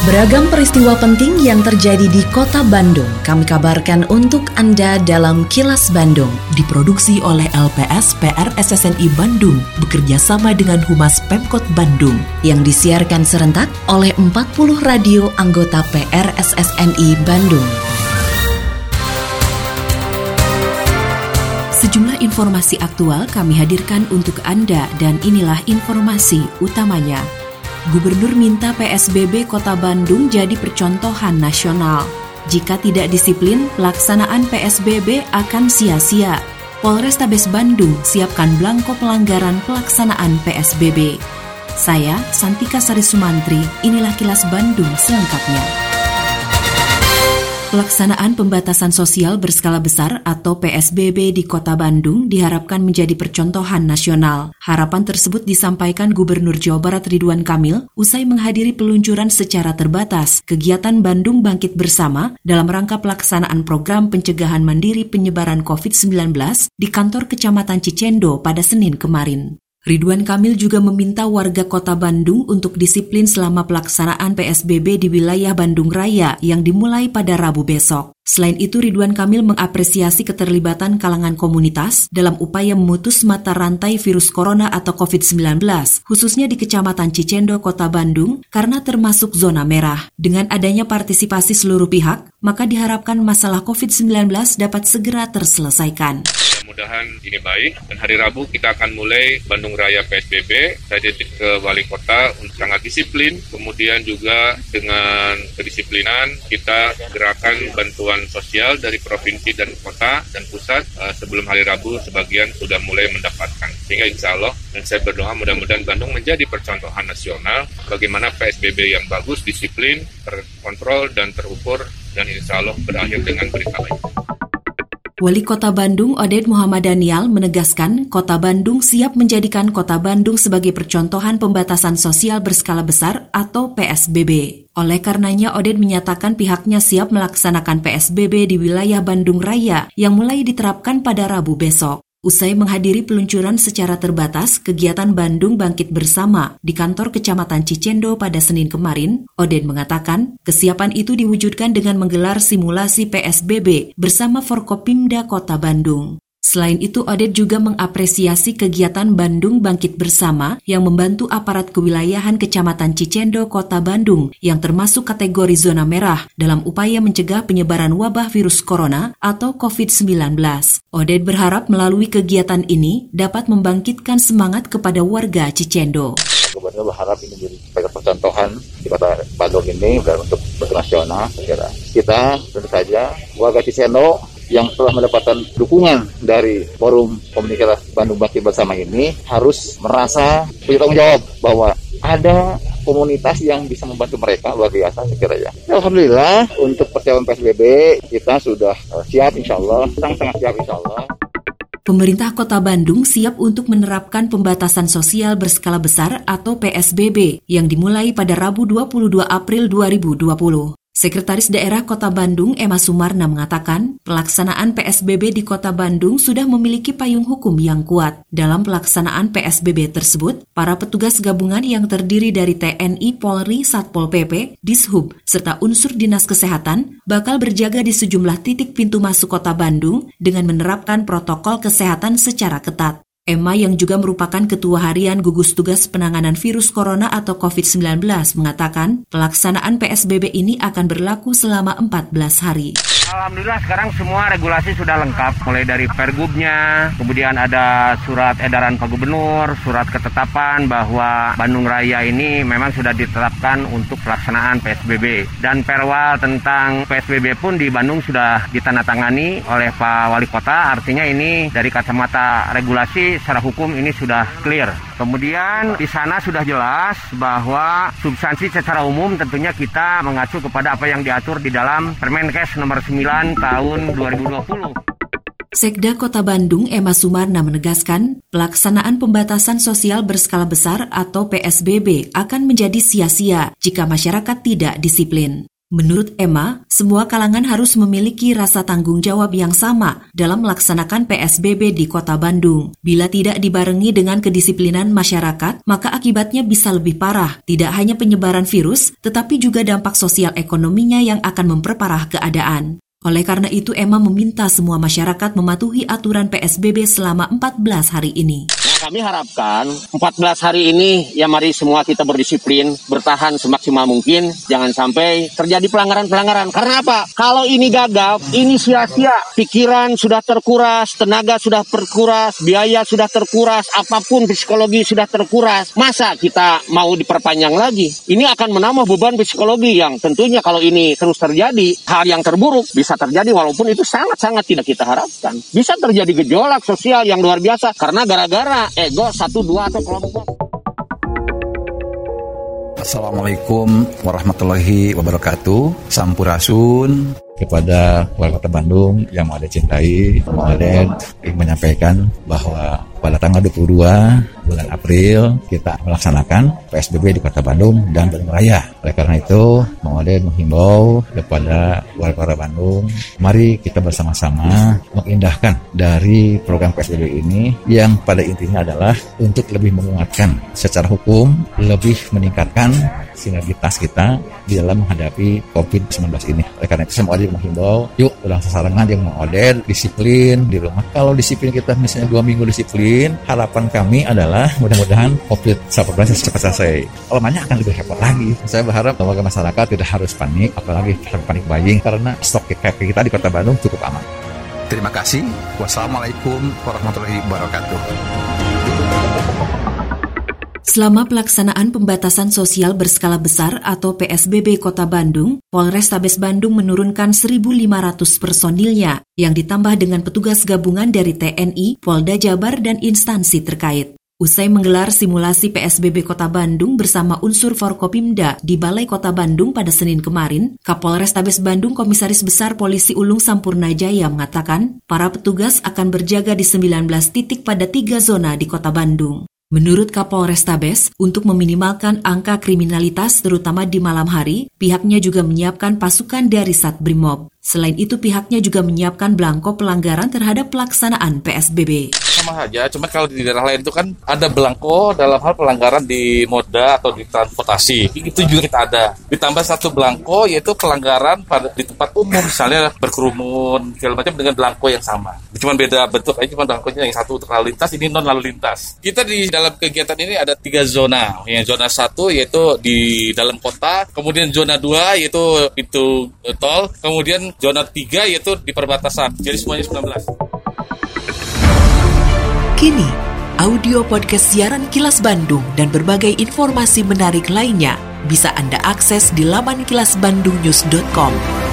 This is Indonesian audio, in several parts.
Beragam peristiwa penting yang terjadi di Kota Bandung kami kabarkan untuk Anda dalam Kilas Bandung. Diproduksi oleh LPS PR SSNI Bandung bekerja sama dengan Humas Pemkot Bandung yang disiarkan serentak oleh 40 radio anggota PR SSNI Bandung. Sejumlah informasi aktual kami hadirkan untuk Anda dan inilah informasi utamanya. Gubernur minta PSBB Kota Bandung jadi percontohan nasional. Jika tidak disiplin, pelaksanaan PSBB akan sia-sia. Polrestabes Bandung siapkan belangko pelanggaran pelaksanaan PSBB. Saya, Santika Sari Sumantri, inilah Kilas Bandung selengkapnya. Pelaksanaan pembatasan sosial berskala besar atau PSBB di Kota Bandung diharapkan menjadi percontohan nasional. Harapan tersebut disampaikan Gubernur Jawa Barat Ridwan Kamil usai menghadiri peluncuran secara terbatas kegiatan Bandung Bangkit Bersama dalam rangka pelaksanaan program pencegahan mandiri penyebaran COVID-19 di kantor Kecamatan Cicendo pada Senin kemarin. Ridwan Kamil juga meminta warga Kota Bandung untuk disiplin selama pelaksanaan PSBB di wilayah Bandung Raya yang dimulai pada Rabu besok. Selain itu, Ridwan Kamil mengapresiasi keterlibatan kalangan komunitas dalam upaya memutus mata rantai virus corona atau COVID-19, khususnya di Kecamatan Cicendo, Kota Bandung, karena termasuk zona merah. Dengan adanya partisipasi seluruh pihak, maka diharapkan masalah COVID-19 dapat segera terselesaikan. Mudah-mudahan ini baik, dan hari Rabu kita akan mulai Bandung Raya PSBB. Saya titip ke Wali Kota untuk sangat disiplin, kemudian juga dengan kedisiplinan kita gerakan bantuan sosial dari provinsi dan kota dan pusat. Sebelum hari Rabu sebagian sudah mulai mendapatkan, sehingga insya Allah, dan saya berdoa mudah-mudahan Bandung menjadi percontohan nasional bagaimana PSBB yang bagus, disiplin, terkontrol dan terukur, dan insya Allah berakhir dengan berita baik. Wali Kota Bandung Oded Muhammad Daniel menegaskan Kota Bandung siap menjadikan Kota Bandung sebagai percontohan pembatasan sosial berskala besar atau PSBB. Oleh karenanya, Oded menyatakan pihaknya siap melaksanakan PSBB di wilayah Bandung Raya yang mulai diterapkan pada Rabu besok. Usai menghadiri peluncuran secara terbatas kegiatan Bandung Bangkit Bersama di kantor Kecamatan Cicendo pada Senin kemarin, Oded mengatakan kesiapan itu diwujudkan dengan menggelar simulasi PSBB bersama Forkopimda Kota Bandung. Selain itu, Oded juga mengapresiasi kegiatan Bandung Bangkit Bersama yang membantu aparat kewilayahan Kecamatan Cicendo, Kota Bandung yang termasuk kategori zona merah dalam upaya mencegah penyebaran wabah virus corona atau COVID-19. Oded berharap melalui kegiatan ini dapat membangkitkan semangat kepada warga Cicendo. Gubernur berharap ini menjadi percontohan di Kota Bandung ini dan untuk nasional. Kita tentu saja warga Cicendo yang telah mendapatkan dukungan dari Forum Komunitas Bandung Bangkit Bersama ini harus merasa punya tanggung jawab bahwa ada komunitas yang bisa membantu mereka, luar biasa sekiranya. Alhamdulillah untuk persiapan PSBB kita sudah siap insya Allah, sangat siap insya Allah. Pemerintah Kota Bandung siap untuk menerapkan pembatasan sosial berskala besar atau PSBB yang dimulai pada Rabu 22 April 2020. Sekretaris Daerah Kota Bandung Emma Sumarna mengatakan pelaksanaan PSBB di Kota Bandung sudah memiliki payung hukum yang kuat. Dalam pelaksanaan PSBB tersebut, para petugas gabungan yang terdiri dari TNI, Polri, Satpol PP, Dishub, serta unsur Dinas Kesehatan bakal berjaga di sejumlah titik pintu masuk Kota Bandung dengan menerapkan protokol kesehatan secara ketat. Emma yang juga merupakan Ketua Harian Gugus Tugas Penanganan Virus Corona atau COVID-19 mengatakan pelaksanaan PSBB ini akan berlaku selama 14 hari. Alhamdulillah sekarang semua regulasi sudah lengkap, mulai dari Pergubnya, kemudian ada surat edaran Pak Gubernur, surat ketetapan bahwa Bandung Raya ini memang sudah ditetapkan untuk pelaksanaan PSBB. Dan perwa tentang PSBB pun di Bandung sudah ditandatangani oleh Pak Wali Kota, artinya ini dari kacamata regulasi secara hukum ini sudah clear. Kemudian di sana sudah jelas bahwa substansi secara umum tentunya kita mengacu kepada apa yang diatur di dalam Permenkes nomor 9 tahun 2020. Sekda Kota Bandung Emma Sumarna menegaskan pelaksanaan pembatasan sosial berskala besar atau PSBB akan menjadi sia-sia jika masyarakat tidak disiplin. Menurut Emma, semua kalangan harus memiliki rasa tanggung jawab yang sama dalam melaksanakan PSBB di Kota Bandung. Bila tidak dibarengi dengan kedisiplinan masyarakat, maka akibatnya bisa lebih parah. Tidak hanya penyebaran virus, tetapi juga dampak sosial ekonominya yang akan memperparah keadaan. Oleh karena itu, Emma meminta semua masyarakat mematuhi aturan PSBB selama 14 hari ini. Kami harapkan 14 hari ini ya mari semua kita berdisiplin, bertahan semaksimal mungkin, jangan sampai terjadi pelanggaran-pelanggaran. Karena apa? Kalau ini gagal, ini sia-sia. Pikiran sudah terkuras, tenaga sudah terkuras, biaya sudah terkuras, apapun psikologi sudah terkuras. Masa kita mau diperpanjang lagi? Ini akan menambah beban psikologi yang tentunya kalau ini terus terjadi, hal yang terburuk bisa terjadi walaupun itu sangat-sangat tidak kita harapkan. Bisa terjadi gejolak sosial yang luar biasa karena gara-gara ego 1, 2 atau kelompok. Assalamualaikum warahmatullahi wabarakatuh. Sampurasun kepada warga Kota Bandung yang mau cintai. Mau ingin menyampaikan bahwa pada tanggal 22 bulan April kita melaksanakan PSBB di Kota Bandung dan Bandung Raya. Oleh karena itu, Mang Odet menghimbau kepada warga Kota Bandung, mari kita bersama-sama mengindahkan dari program PSBB ini yang pada intinya adalah untuk lebih menguatkan secara hukum, lebih meningkatkan sinergitas kita di dalam menghadapi COVID-19 ini. Oleh karena itu, saya mau menghimbau, yuk ulang sasarangan yang Mang Odet, disiplin di rumah. Kalau disiplin kita misalnya 2 minggu disiplin, harapan kami adalah mudah-mudahan COVID-19 cepat selesai. Kalau banyak akan lebih repot lagi. Saya berharap warga masyarakat tidak harus panik, apalagi panik buying, karena stok kita di Kota Bandung cukup aman. Terima kasih. Wassalamualaikum warahmatullahi wabarakatuh. Selama pelaksanaan pembatasan sosial berskala besar atau PSBB Kota Bandung, Polrestabes Bandung menurunkan 1.500 personilnya yang ditambah dengan petugas gabungan dari TNI, Polda Jabar, dan instansi terkait. Usai menggelar simulasi PSBB Kota Bandung bersama unsur Forkopimda di Balai Kota Bandung pada Senin kemarin, Kapolrestabes Bandung Komisaris Besar Polisi Ulung Sampurnajaya mengatakan, para petugas akan berjaga di 19 titik pada 3 zona di Kota Bandung. Menurut Kapolrestabes, untuk meminimalkan angka kriminalitas terutama di malam hari, pihaknya juga menyiapkan pasukan dari Satbrimob. Selain itu, pihaknya juga menyiapkan belangko pelanggaran terhadap pelaksanaan PSBB. Sama saja, cuma kalau di daerah lain itu kan ada belangko dalam hal pelanggaran di moda atau di transportasi. Itu juga kita ada. Ditambah satu belangko yaitu pelanggaran di tempat umum, misalnya berkerumun, segala macam dengan belangko yang sama. Cuma beda bentuk aja, cuma belangkonya yang satu untuk lalu lintas, ini non lalu lintas. Kita di dalam kegiatan ini ada 3 zona. Yang zona 1 yaitu di dalam kota, kemudian zona 2 yaitu pintu tol, kemudian zona 3 yaitu di perbatasan. Jadi semuanya 19. Kini, audio podcast siaran Kilas Bandung dan berbagai informasi menarik lainnya bisa Anda akses di laman kilasbandungnews.com.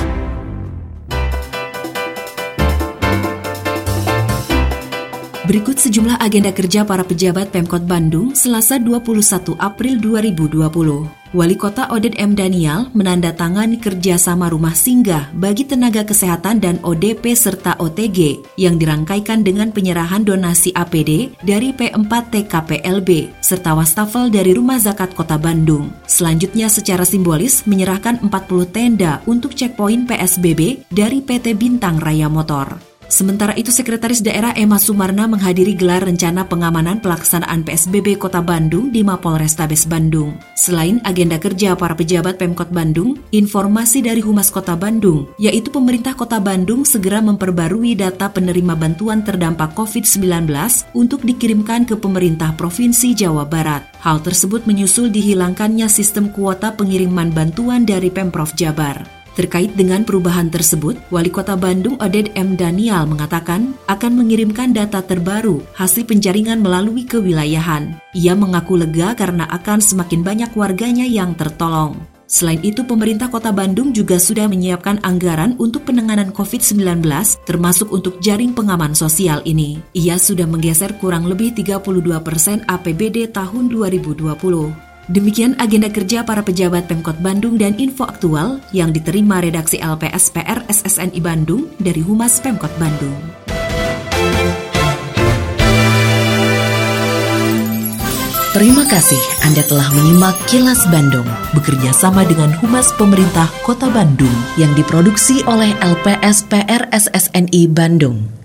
Berikut sejumlah agenda kerja para pejabat Pemkot Bandung Selasa 21 April 2020. Wali Kota Odet M. Daniel menandatangani kerjasama rumah singgah bagi tenaga kesehatan dan ODP serta OTG yang dirangkaikan dengan penyerahan donasi APD dari P4 TKPLB serta wastafel dari Rumah Zakat Kota Bandung. Selanjutnya secara simbolis menyerahkan 40 tenda untuk checkpoint PSBB dari PT Bintang Raya Motor. Sementara itu, Sekretaris Daerah Emma Sumarna menghadiri gelar rencana pengamanan pelaksanaan PSBB Kota Bandung di Mapolrestabes Bandung. Selain agenda kerja para pejabat Pemkot Bandung, informasi dari Humas Kota Bandung, yaitu pemerintah Kota Bandung segera memperbarui data penerima bantuan terdampak COVID-19 untuk dikirimkan ke pemerintah Provinsi Jawa Barat. Hal tersebut menyusul dihilangkannya sistem kuota pengiriman bantuan dari Pemprov Jabar. Terkait dengan perubahan tersebut, Wali Kota Bandung Odet M. Daniel mengatakan akan mengirimkan data terbaru hasil penjaringan melalui kewilayahan. Ia mengaku lega karena akan semakin banyak warganya yang tertolong. Selain itu, pemerintah Kota Bandung juga sudah menyiapkan anggaran untuk penanganan COVID-19, termasuk untuk jaring pengaman sosial ini. Ia sudah menggeser kurang lebih 32% APBD tahun 2020. Demikian agenda kerja para pejabat Pemkot Bandung dan info aktual yang diterima redaksi LPSPR SSNI Bandung dari Humas Pemkot Bandung. Terima kasih Anda telah menyimak Kilas Bandung bekerja sama dengan Humas Pemerintah Kota Bandung yang diproduksi oleh LPSPR SSNI Bandung.